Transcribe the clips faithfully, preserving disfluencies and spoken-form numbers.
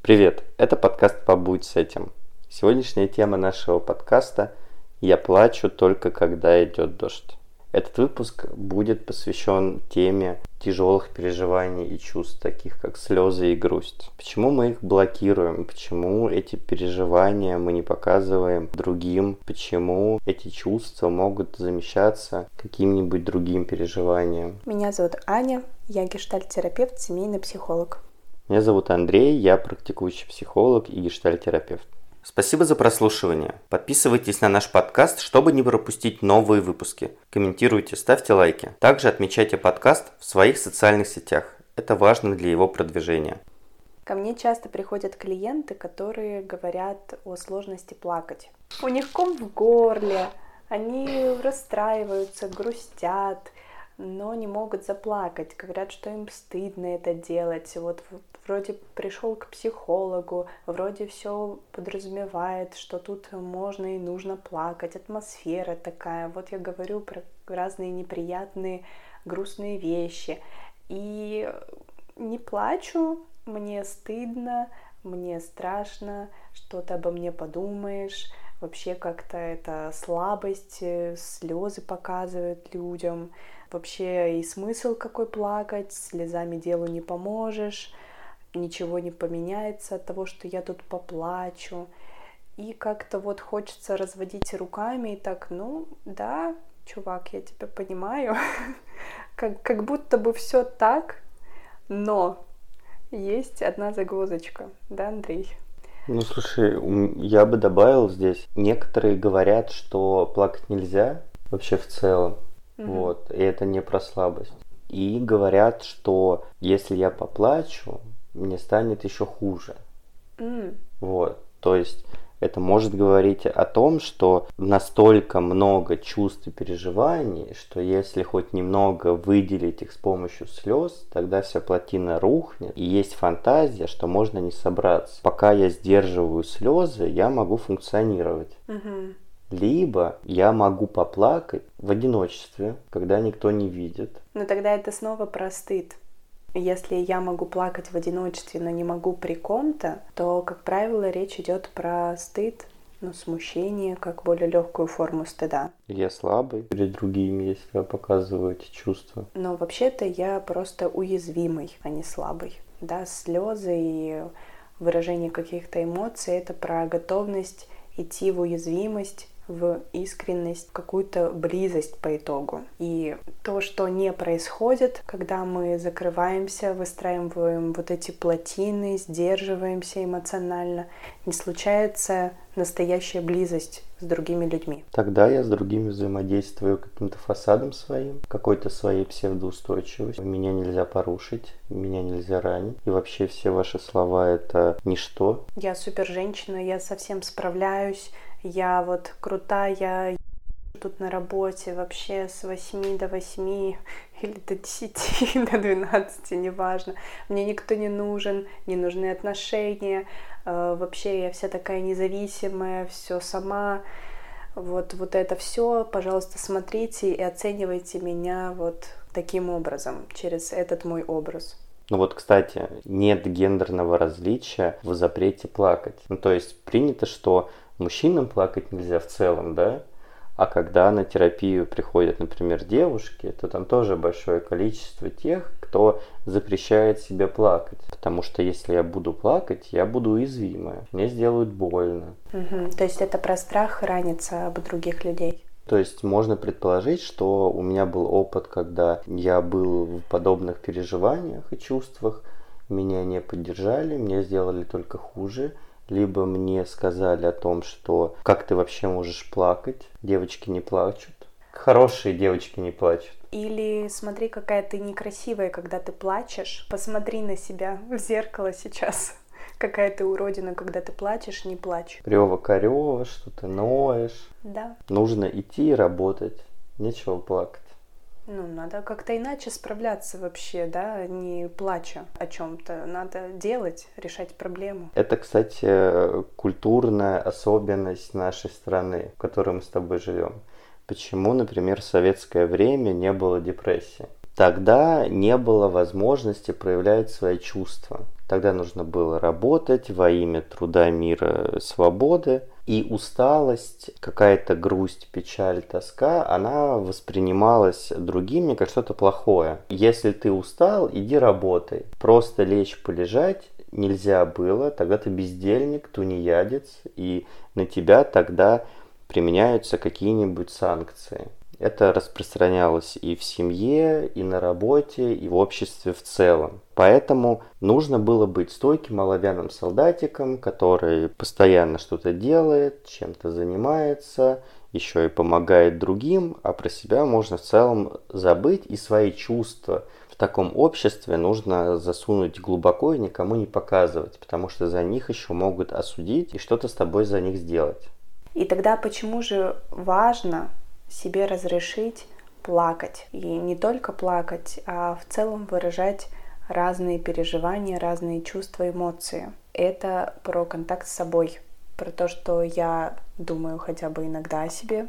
Привет, это подкаст «Побудь с этим». Сегодняшняя тема нашего подкаста «Я плачу только когда идет дождь». Этот выпуск будет посвящен теме тяжелых переживаний и чувств, таких как слезы и грусть. Почему мы их блокируем? Почему эти переживания мы не показываем другим? Почему эти чувства могут замещаться каким-нибудь другим переживанием? Меня зовут Аня, я гештальт-терапевт, семейный психолог. Меня зовут Андрей, я практикующий психолог и гештальт-терапевт. Спасибо за прослушивание. Подписывайтесь на наш подкаст, чтобы не пропустить новые выпуски. Комментируйте, ставьте лайки. Также отмечайте подкаст в своих социальных сетях. Это важно для его продвижения. Ко мне часто приходят клиенты, которые говорят о сложности плакать. У них ком в горле, они расстраиваются, грустят, но не могут заплакать. Говорят, что им стыдно это делать. Вот вроде пришел к психологу, вроде все подразумевает, что тут можно и нужно плакать. Атмосфера такая. Вот я говорю про разные неприятные, грустные вещи. И не плачу, мне стыдно, мне страшно, что ты обо мне подумаешь. Вообще как-то это слабость, слезы показывают людям. Вообще и смысл какой плакать, слезами делу не поможешь, ничего не поменяется от того, что я тут поплачу. И как-то вот хочется разводить руками и так, ну да, чувак, я тебя понимаю, как, как будто бы все так, но есть одна загвоздочка, да, Андрей? Ну, слушай, я бы добавил здесь, некоторые говорят, что плакать нельзя вообще в целом, mm-hmm. вот, и это не про слабость. И говорят, что если я поплачу, мне станет еще хуже. Mm. Вот, то есть это может говорить о том, что настолько много чувств и переживаний, что если хоть немного выделить их с помощью слез, тогда вся плотина рухнет. И есть фантазия, что можно не собраться. Пока я сдерживаю слезы, я могу функционировать. Mm-hmm. Либо я могу поплакать в одиночестве, когда никто не видит. Но тогда это снова про стыд. Если я могу плакать в одиночестве, но не могу при ком-то, то, как правило, речь идет про стыд, ну, смущение, как более легкую форму стыда. Я слабый перед другими, если я показываю эти чувства. Но вообще-то я просто уязвимый, а не слабый. Да, слезы и выражение каких-то эмоций — это про готовность идти в уязвимость, в искренность, в какую-то близость по итогу. И то, что не происходит, когда мы закрываемся, выстраиваем вот эти плотины, сдерживаемся эмоционально, не случается настоящая близость с другими людьми. Тогда я с другими взаимодействую каким-то фасадом своим, какой-то своей псевдоустойчивостью. Меня нельзя порушить, меня нельзя ранить. И вообще все ваши слова — это ничто. Я супер женщина, я совсем справляюсь. Я вот крутая, я тут на работе вообще с восьми до восьми или до десяти, до двенадцати, неважно. Мне никто не нужен, не нужны отношения. Вообще я вся такая независимая, все сама. Вот, вот это все, пожалуйста, смотрите и оценивайте меня вот таким образом, через этот мой образ. Ну вот, кстати, нет гендерного различия в запрете плакать. Ну то есть принято, что мужчинам плакать нельзя в целом, да? А когда на терапию приходят, например, девушки, то там тоже большое количество тех, кто запрещает себе плакать. Потому что если я буду плакать, я буду уязвимая. Мне сделают больно. Угу. То есть это про страх раниться об других людей. То есть можно предположить, что у меня был опыт, когда я был в подобных переживаниях и чувствах, меня не поддержали, мне сделали только хуже. Либо мне сказали о том, что как ты вообще можешь плакать, девочки не плачут, хорошие девочки не плачут. Или смотри, какая ты некрасивая, когда ты плачешь, посмотри на себя в зеркало сейчас, какая ты уродина, когда ты плачешь, не плачь. Рёва-корёва, что ты ноешь. Да. Нужно идти и работать, нечего плакать. Ну, надо как-то иначе справляться вообще, да, не плача о чем-то. Надо делать, решать проблему. Это, кстати, культурная особенность нашей страны, в которой мы с тобой живем. Почему, например, в советское время не было депрессии? Тогда не было возможности проявлять свои чувства. Тогда нужно было работать во имя труда, мира, свободы. И усталость, какая-то грусть, печаль, тоска, она воспринималась другими как что-то плохое. Если ты устал, иди работай. Просто лечь, полежать нельзя было. Тогда ты бездельник, тунеядец, и на тебя тогда применяются какие-нибудь санкции. Это распространялось и в семье, и на работе, и в обществе в целом. Поэтому нужно было быть стойким оловянным солдатиком, который постоянно что-то делает, чем-то занимается, еще и помогает другим, а про себя можно в целом забыть, и свои чувства в таком обществе нужно засунуть глубоко и никому не показывать, потому что за них еще могут осудить и что-то с тобой за них сделать. И тогда почему же важно себе разрешить плакать? И не только плакать, а в целом выражать разные переживания, разные чувства, эмоции. Это про контакт с собой, про то, что я думаю хотя бы иногда о себе.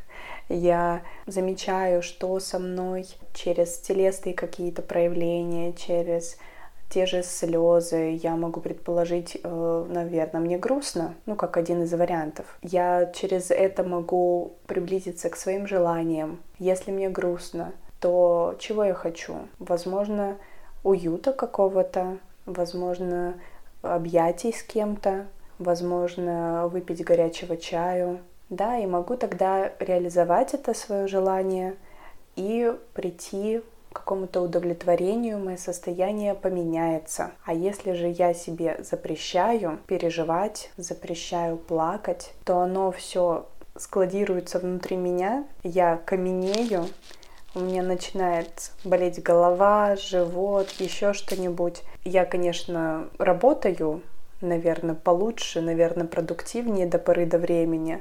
Я замечаю, что со мной через телесные какие-то проявления, через те же слезы. Я могу предположить, наверное, мне грустно, ну, как один из вариантов. Я через это могу приблизиться к своим желаниям. Если мне грустно, то чего я хочу? Возможно, уюта какого-то, возможно, объятий с кем-то, возможно, выпить горячего чаю. Да, и могу тогда реализовать это свое желание и прийти к какому-то удовлетворению, мое состояние поменяется. А если же я себе запрещаю переживать, запрещаю плакать, то оно все складируется внутри меня, я каменею, у меня начинает болеть голова, живот, еще что-нибудь. Я, конечно, работаю, наверное, получше, наверное, продуктивнее до поры до времени,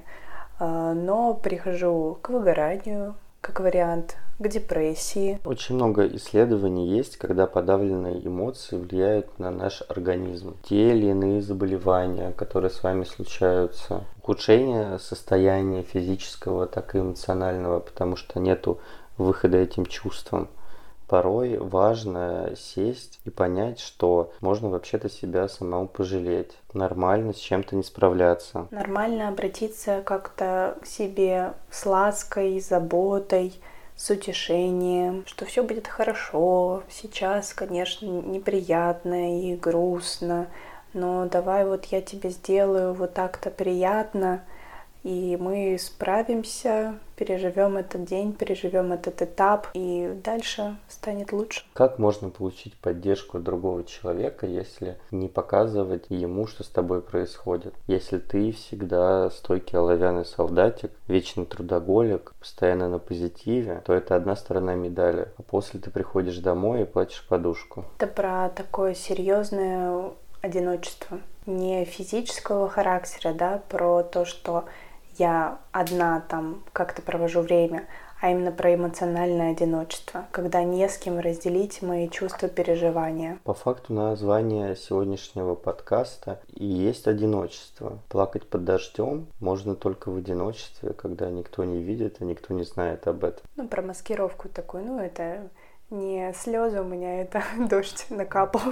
но прихожу к выгоранию, как вариант, к депрессии. Очень много исследований есть, когда подавленные эмоции влияют на наш организм. Те или иные заболевания, которые с вами случаются, ухудшение состояния физического, так и эмоционального, потому что нету выхода этим чувствам. Порой важно сесть и понять, что можно вообще-то себя самому пожалеть. Нормально с чем-то не справляться. Нормально обратиться как-то к себе с лаской, заботой, с утешением, что все будет хорошо. Сейчас, конечно, неприятно и грустно, но давай вот я тебе сделаю вот так-то приятно, и мы справимся, переживем этот день, переживем этот этап, и дальше станет лучше. Как можно получить поддержку от другого человека, если не показывать ему, что с тобой происходит? Если ты всегда стойкий оловянный солдатик, вечный трудоголик, постоянно на позитиве, то это одна сторона медали. А после ты приходишь домой и плачешь подушку. Это про такое серьезное одиночество. Не физического характера, да, про то, что я одна там как-то провожу время, а именно про эмоциональное одиночество, когда не с кем разделить мои чувства, переживания. По факту название сегодняшнего подкаста и есть одиночество. Плакать под дождем можно только в одиночестве, когда никто не видит и никто не знает об этом. Ну, про маскировку такую, ну, это не слезы у меня, это дождь накапал.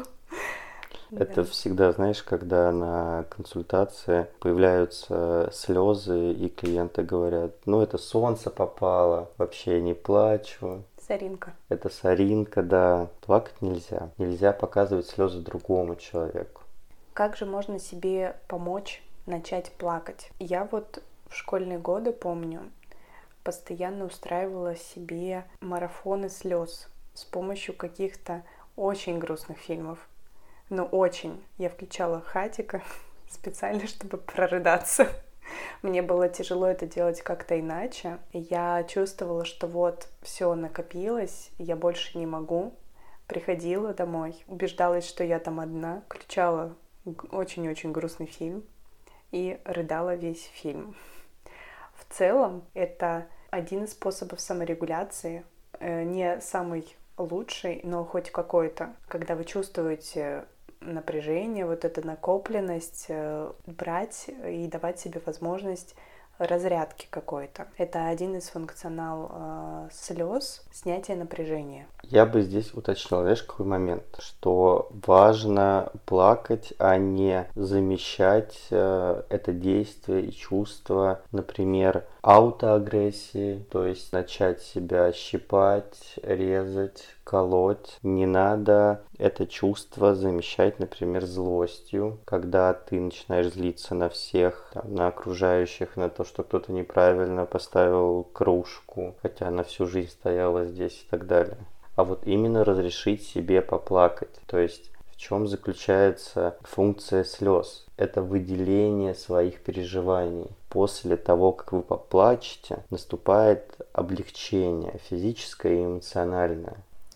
Это Да. всегда, знаешь, когда на консультации появляются слезы, и клиенты говорят, ну это солнце попало, вообще я не плачу. Соринка. Это соринка, да. Плакать нельзя. Нельзя показывать слезы другому человеку. Как же можно себе помочь начать плакать? Я вот в школьные годы, помню, постоянно устраивала себе марафоны слез с помощью каких-то очень грустных фильмов. Ну, очень. Я включала Хатико специально, чтобы прорыдаться. Мне было тяжело это делать как-то иначе. Я чувствовала, что вот все накопилось, я больше не могу. Приходила домой, убеждалась, что я там одна, включала очень-очень грустный фильм и рыдала весь фильм. В целом, это один из способов саморегуляции, не самый лучший, но хоть какой-то. Когда вы чувствуете напряжение, вот эта накопленность, брать и давать себе возможность разрядки какой-то. Это один из функционал э, слез, снятие напряжения. Я бы здесь уточнил, знаешь, какой момент, что важно плакать, а не замещать э, это действие и чувство, например, аутоагрессии, то есть начать себя щипать, резать, колоть. Не надо это чувство замещать, например, злостью, когда ты начинаешь злиться на всех, там, на окружающих, на то, что кто-то неправильно поставил кружку, хотя она всю жизнь стояла здесь и так далее. А вот именно разрешить себе поплакать. То есть в чем заключается функция слез? Это выделение своих переживаний. После того, как вы поплачете, наступает облегчение физическое и эмоциональное.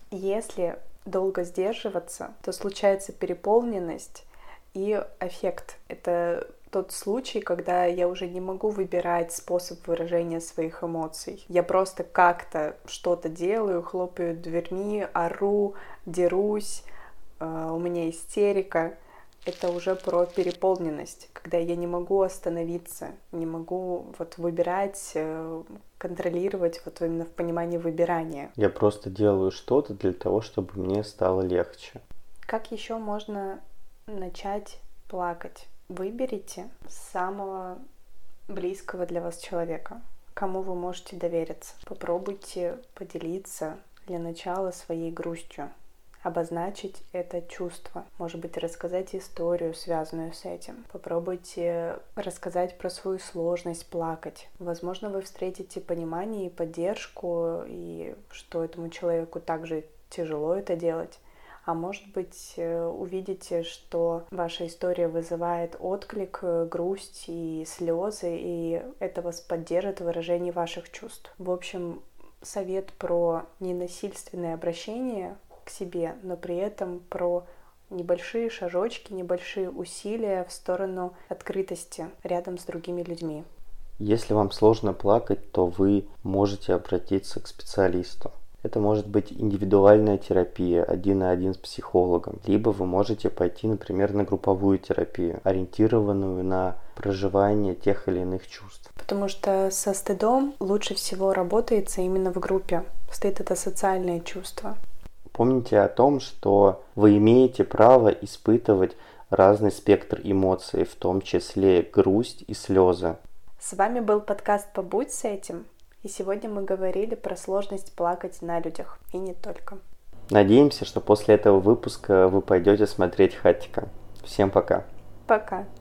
Если долго сдерживаться, то случается переполненность и аффект. Это тот случай, когда я уже не могу выбирать способ выражения своих эмоций. Я просто как-то что-то делаю, хлопаю дверьми, ору, дерусь, э, у меня истерика. Это уже про переполненность, когда я не могу остановиться, не могу вот выбирать, э, контролировать вот именно в понимании выбирания. Я просто делаю что-то для того, чтобы мне стало легче. Как еще можно начать плакать? Выберите самого близкого для вас человека, кому вы можете довериться. Попробуйте поделиться для начала своей грустью, обозначить это чувство, может быть, рассказать историю, связанную с этим. Попробуйте рассказать про свою сложность плакать. Возможно, вы встретите понимание и поддержку, и что этому человеку также тяжело это делать. А может быть, увидите, что ваша история вызывает отклик, грусть и слезы, и это вас поддержит в выражении ваших чувств. В общем, совет про ненасильственное обращение к себе, но при этом про небольшие шажочки, небольшие усилия в сторону открытости рядом с другими людьми. Если вам сложно плакать, то вы можете обратиться к специалисту. Это может быть индивидуальная терапия, один на один с психологом. Либо вы можете пойти, например, на групповую терапию, ориентированную на проживание тех или иных чувств. Потому что со стыдом лучше всего работается именно в группе. Стыд — это социальное чувство. Помните о том, что вы имеете право испытывать разный спектр эмоций, в том числе грусть и слезы. С вами был подкаст «Побудь с этим». И сегодня мы говорили про сложность плакать на людях, и не только. Надеемся, что после этого выпуска вы пойдете смотреть «Хатико». Всем пока. Пока.